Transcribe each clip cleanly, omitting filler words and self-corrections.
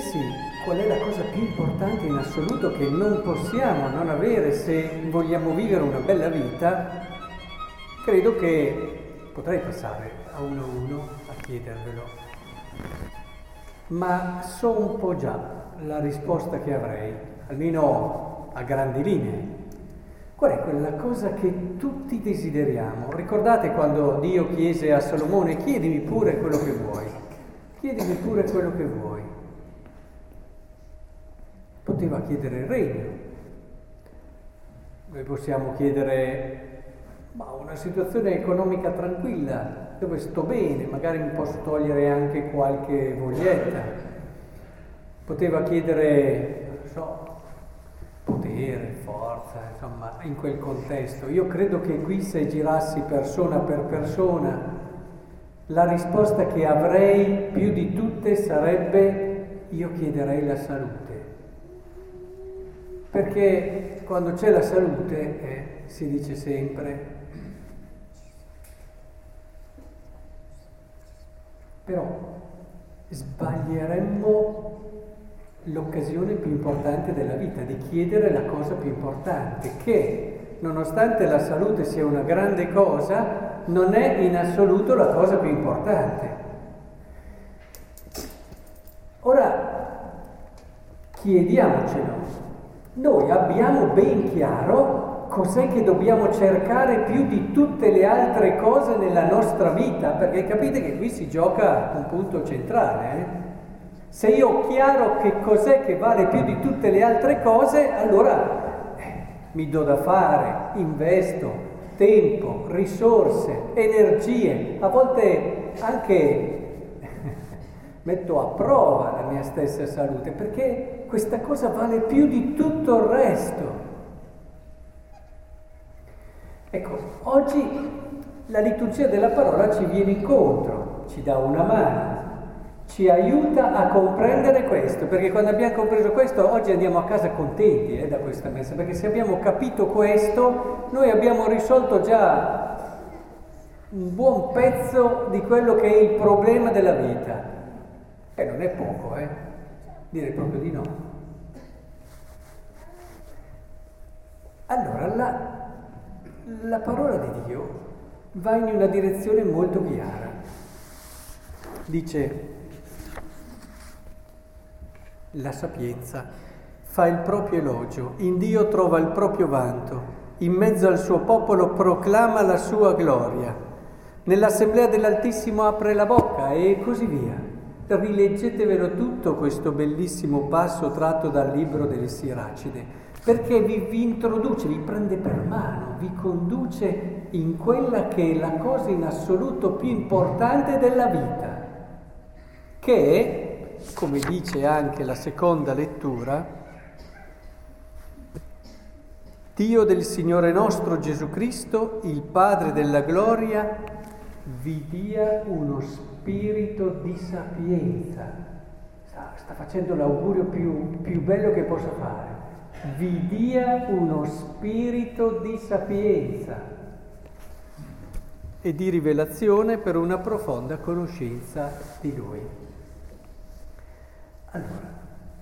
chiedersi qual è la cosa più importante in assoluto che non possiamo non avere se vogliamo vivere una bella vita, credo che potrei passare a uno a chiedervelo, ma so un po' già la risposta che avrei, almeno a grandi linee. Qual è quella cosa che tutti desideriamo? Ricordate quando Dio chiese a Salomone: chiedimi pure quello che vuoi, chiedimi pure quello che vuoi. Poteva chiedere il regno. Noi possiamo chiedere una situazione economica tranquilla, dove sto bene, magari mi posso togliere anche qualche voglietta. Poteva chiedere, non so, potere, forza, insomma, in quel contesto. Io credo che qui, se girassi persona per persona, la risposta che avrei più di tutte sarebbe: io chiederei la salute. Perché quando c'è la salute, si dice sempre, però sbaglieremmo l'occasione più importante della vita, di chiedere la cosa più importante, che nonostante la salute sia una grande cosa, non è in assoluto la cosa più importante. Ora, chiediamocelo. Noi abbiamo ben chiaro cos'è che dobbiamo cercare più di tutte le altre cose nella nostra vita, perché capite che qui si gioca un punto centrale. Se io ho chiaro che cos'è che vale più di tutte le altre cose, allora mi do da fare, investo tempo, risorse, energie, a volte anche metto a prova la mia stessa salute, perché questa cosa vale più di tutto il resto. Ecco, oggi la liturgia della parola ci viene incontro, ci dà una mano, ci aiuta a comprendere questo, perché quando abbiamo compreso questo, oggi andiamo a casa contenti da questa messa, perché se abbiamo capito questo, noi abbiamo risolto già un buon pezzo di quello che è il problema della vita. E non è poco, direi proprio di no. Allora, la parola di Dio va in una direzione molto chiara. Dice: la sapienza fa il proprio elogio, in Dio trova il proprio vanto, in mezzo al suo popolo proclama la sua gloria, nell'assemblea dell'Altissimo apre la bocca, e così via. Rileggetevelo tutto questo bellissimo passo tratto dal libro delle Siracide, perché vi introduce, vi prende per mano, vi conduce in quella che è la cosa in assoluto più importante della vita, che è, come dice anche la seconda lettura, Dio del Signore nostro Gesù Cristo, il Padre della gloria, vi dia uno spirito di sapienza. Sta facendo l'augurio più bello che possa fare. Vi dia uno spirito di sapienza e di rivelazione per una profonda conoscenza di Lui. Allora,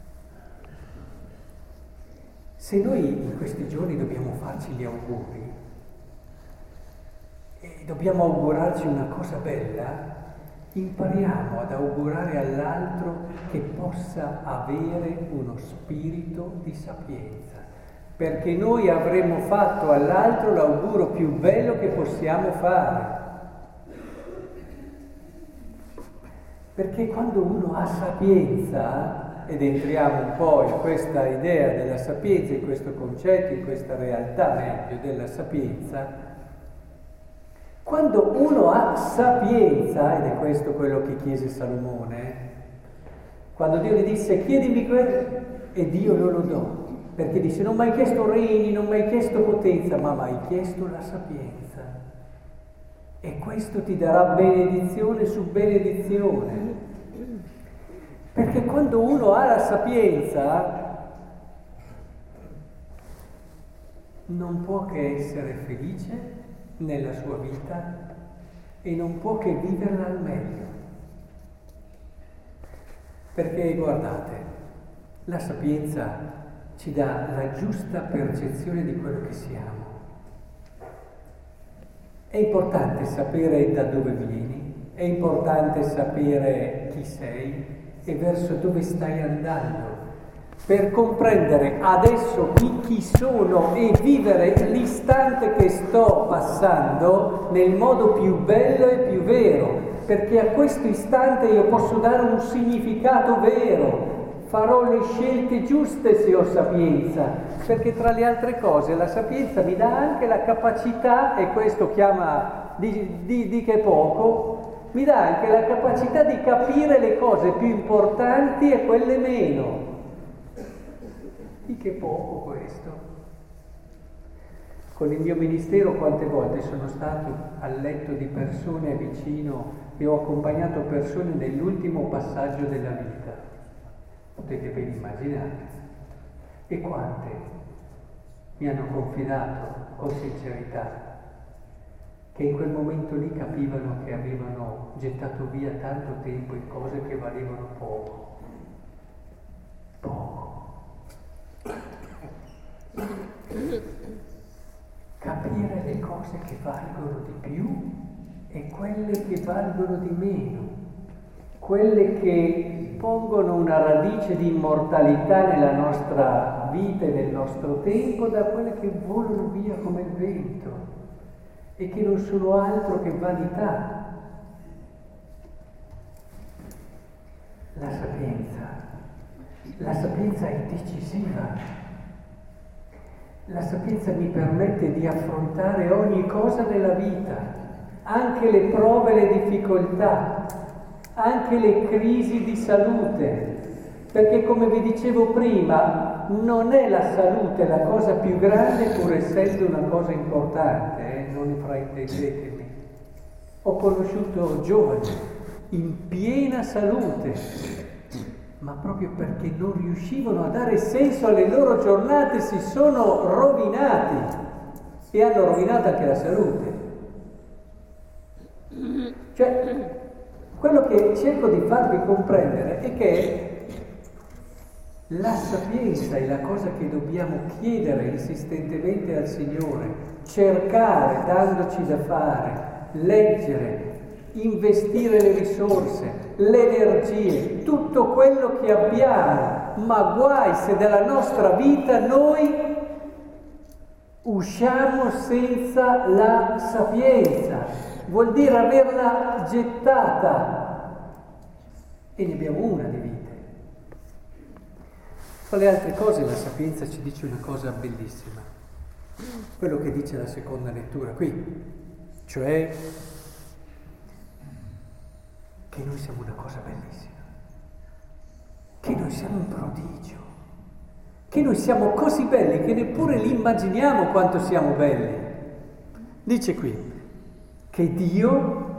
se noi in questi giorni dobbiamo farci gli auguri e dobbiamo augurarci una cosa bella, impariamo ad augurare all'altro che possa avere uno spirito di sapienza, perché noi avremo fatto all'altro l'augurio più bello che possiamo fare. Perché quando uno ha sapienza, ed entriamo un po' in questa idea della sapienza, in questo concetto, in questa realtà meglio della sapienza, quando uno ha sapienza, ed è questo quello che chiese Salomone, quando Dio gli disse chiedimi quello, e Dio lo do, perché dice non mi hai chiesto regni, non mi hai chiesto potenza, ma mi hai chiesto la sapienza. E questo ti darà benedizione su benedizione. Perché quando uno ha la sapienza non può che essere felice nella sua vita e non può che viverla al meglio. Perché guardate, La sapienza ci dà la giusta percezione di quello che siamo. È importante sapere da dove vieni, è importante sapere chi sei e verso dove stai andando, per comprendere adesso chi sono e vivere l'istante che sto passando nel modo più bello e più vero, perché a questo istante io posso dare un significato vero, farò le scelte giuste se ho sapienza, perché tra le altre cose la sapienza mi dà anche la capacità, e questo chiama di che poco, mi dà anche la capacità di capire le cose più importanti e quelle meno. Di che poco questo? Con il mio ministero quante volte sono stato al letto di persone vicino e ho accompagnato persone nell'ultimo passaggio della vita. Potete ben immaginare. E quante mi hanno confidato con sincerità che in quel momento lì capivano che avevano gettato via tanto tempo in cose che valevano poco. Poco. Capire le cose che valgono di più e quelle che valgono di meno, quelle che pongono una radice di immortalità nella nostra vita e nel nostro tempo, da quelle che volano via come il vento e che non sono altro che vanità. La sapienza è decisiva. La sapienza mi permette di affrontare ogni cosa della vita, anche le prove e le difficoltà, anche le crisi di salute, perché come vi dicevo prima, non è la salute la cosa più grande, pur essendo una cosa importante, non fraintendetemi. Ho conosciuto giovani in piena salute, ma proprio perché non riuscivano a dare senso alle loro giornate si sono rovinati e hanno rovinato anche la salute. Cioè, quello che cerco di farvi comprendere è che la sapienza è la cosa che dobbiamo chiedere insistentemente al Signore, cercare, dandoci da fare, leggere, investire le risorse, le energie, tutto quello che abbiamo, ma guai se dalla nostra vita noi usciamo senza la sapienza, vuol dire averla gettata, e ne abbiamo una di vite. Tra le altre cose la sapienza ci dice una cosa bellissima, quello che dice la seconda lettura qui, cioè che noi siamo una cosa bellissima, che noi siamo un prodigio, che noi siamo così belli che neppure li immaginiamo quanto siamo belli. Dice qui che Dio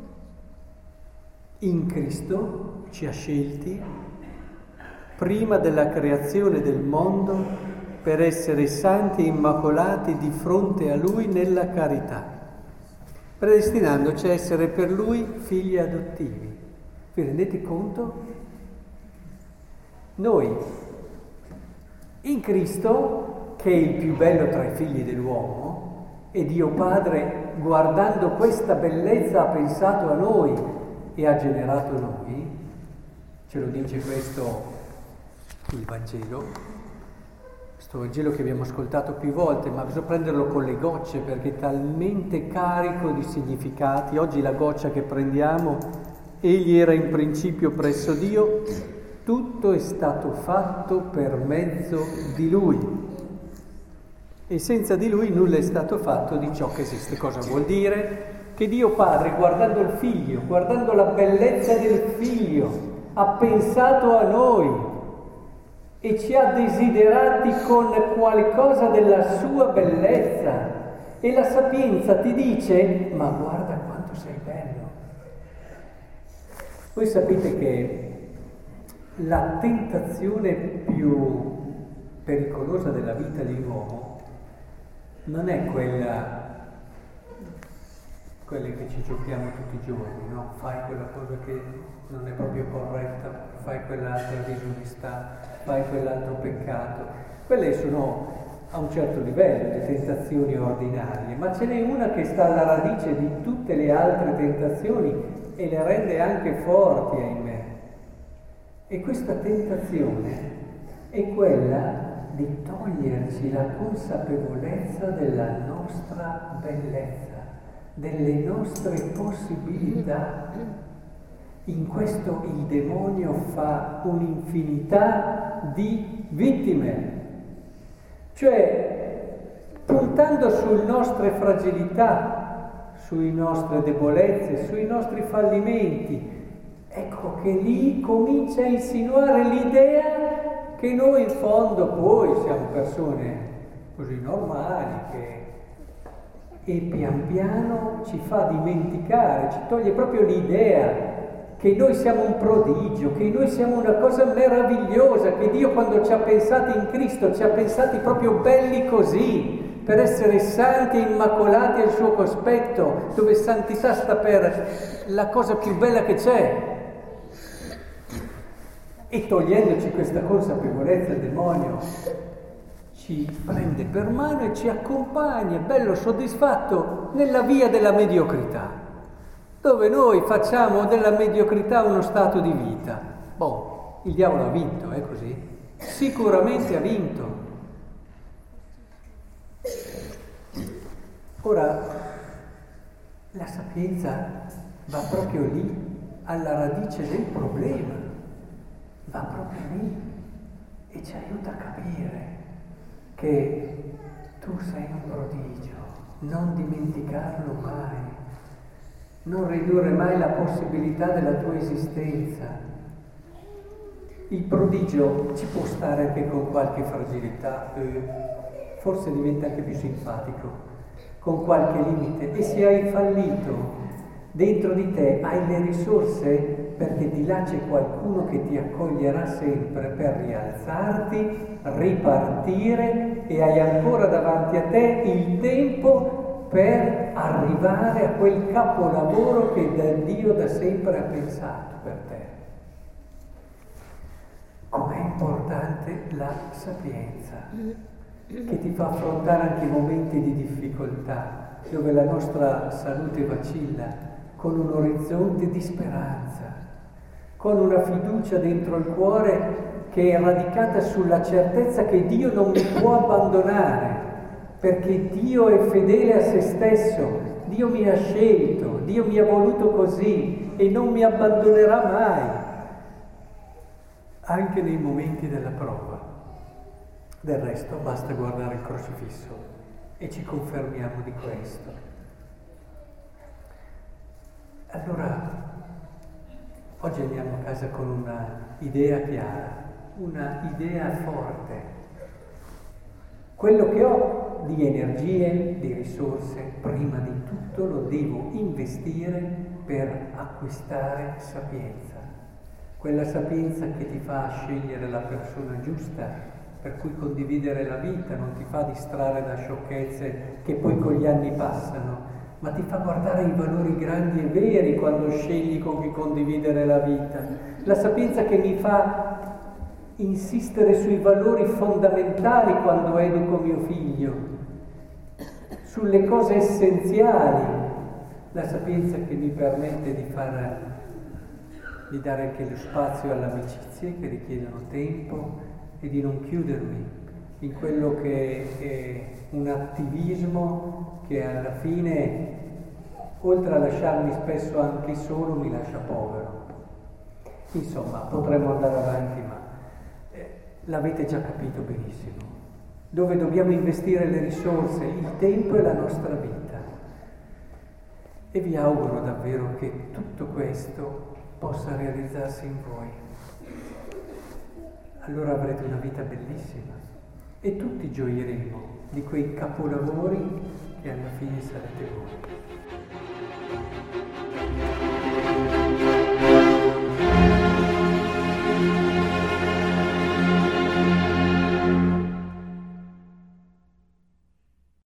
in Cristo ci ha scelti prima della creazione del mondo per essere santi e immacolati di fronte a Lui nella carità, predestinandoci a essere per Lui figli adottivi. Vi rendete conto? Noi, in Cristo, che è il più bello tra i figli dell'uomo, e Dio Padre, guardando questa bellezza, ha pensato a noi e ha generato noi, ce lo dice questo il Vangelo, questo Vangelo che abbiamo ascoltato più volte, ma bisogna prenderlo con le gocce perché è talmente carico di significati. Oggi la goccia che prendiamo, egli era in principio presso Dio, tutto è stato fatto per mezzo di Lui e senza di Lui nulla è stato fatto di ciò che esiste. Cosa vuol dire? Che Dio Padre, guardando il Figlio, guardando la bellezza del Figlio, ha pensato a noi e ci ha desiderati con qualcosa della sua bellezza, e la sapienza ti dice: ma guarda quanto sei bello. Voi sapete che la tentazione più pericolosa della vita dell'uomo non è quella quelle che ci giochiamo tutti i giorni, no? Fai quella cosa che non è proprio corretta, fai quell'altra disonestà, fai quell'altro peccato. Quelle sono a un certo livello le tentazioni ordinarie, ma ce n'è una che sta alla radice di tutte le altre tentazioni e le rende anche forti, ahimè. E questa tentazione è quella di toglierci la consapevolezza della nostra bellezza, delle nostre possibilità. In questo il demonio fa un'infinità di vittime, cioè puntando sulle nostre fragilità, sulle nostre debolezze, sui nostri fallimenti. Ecco che lì comincia a insinuare l'idea che noi in fondo poi siamo persone così normali e pian piano ci fa dimenticare, ci toglie proprio l'idea che noi siamo un prodigio, che noi siamo una cosa meravigliosa, che Dio quando ci ha pensati in Cristo ci ha pensati proprio belli così, per essere santi e immacolati al suo cospetto, dove santità sta per la cosa più bella che c'è. E togliendoci questa consapevolezza, il demonio ci prende per mano e ci accompagna, bello soddisfatto, nella via della mediocrità, dove noi facciamo della mediocrità uno stato di vita. Boh, il diavolo ha vinto, è così? Sicuramente ha vinto. Ora, la sapienza va proprio lì, alla radice del problema. Va proprio lì e ci aiuta a capire che tu sei un prodigio, non dimenticarlo mai, non ridurre mai la possibilità della tua esistenza. Il prodigio ci può stare anche con qualche fragilità, forse diventa anche più simpatico, con qualche limite. E se hai fallito, dentro di te hai le risorse, perché di là c'è qualcuno che ti accoglierà sempre per rialzarti, ripartire, e hai ancora davanti a te il tempo per arrivare a quel capolavoro che Dio da sempre ha pensato per te. Com'è importante la sapienza, che ti fa affrontare anche i momenti di difficoltà, dove la nostra salute vacilla, con un orizzonte di speranza, con una fiducia dentro il cuore che è radicata sulla certezza che Dio non mi può abbandonare, perché Dio è fedele a se stesso, Dio mi ha scelto, Dio mi ha voluto così e non mi abbandonerà mai, anche nei momenti della prova. Del resto basta guardare il crocifisso e ci confermiamo di questo. Allora, oggi andiamo a casa con una idea chiara, una idea forte. Quello che ho di energie, di risorse, prima di tutto lo devo investire per acquistare sapienza. Quella sapienza che ti fa scegliere la persona giusta, per cui condividere la vita, non ti fa distrarre da sciocchezze che poi con gli anni passano, ma ti fa guardare i valori grandi e veri quando scegli con chi condividere la vita. La sapienza che mi fa insistere sui valori fondamentali quando educo mio figlio, sulle cose essenziali. La sapienza che mi permette di dare anche lo spazio alle amicizie che richiedono tempo e di non chiudermi in quello che è un attivismo che alla fine, oltre a lasciarmi spesso anche solo, mi lascia povero. Insomma, potremmo andare avanti, ma l'avete già capito benissimo. Dove dobbiamo investire le risorse, il tempo e la nostra vita. E vi auguro davvero che tutto questo possa realizzarsi in voi. Allora avrete una vita bellissima e tutti gioiremo di quei capolavori che alla fine sarete voi.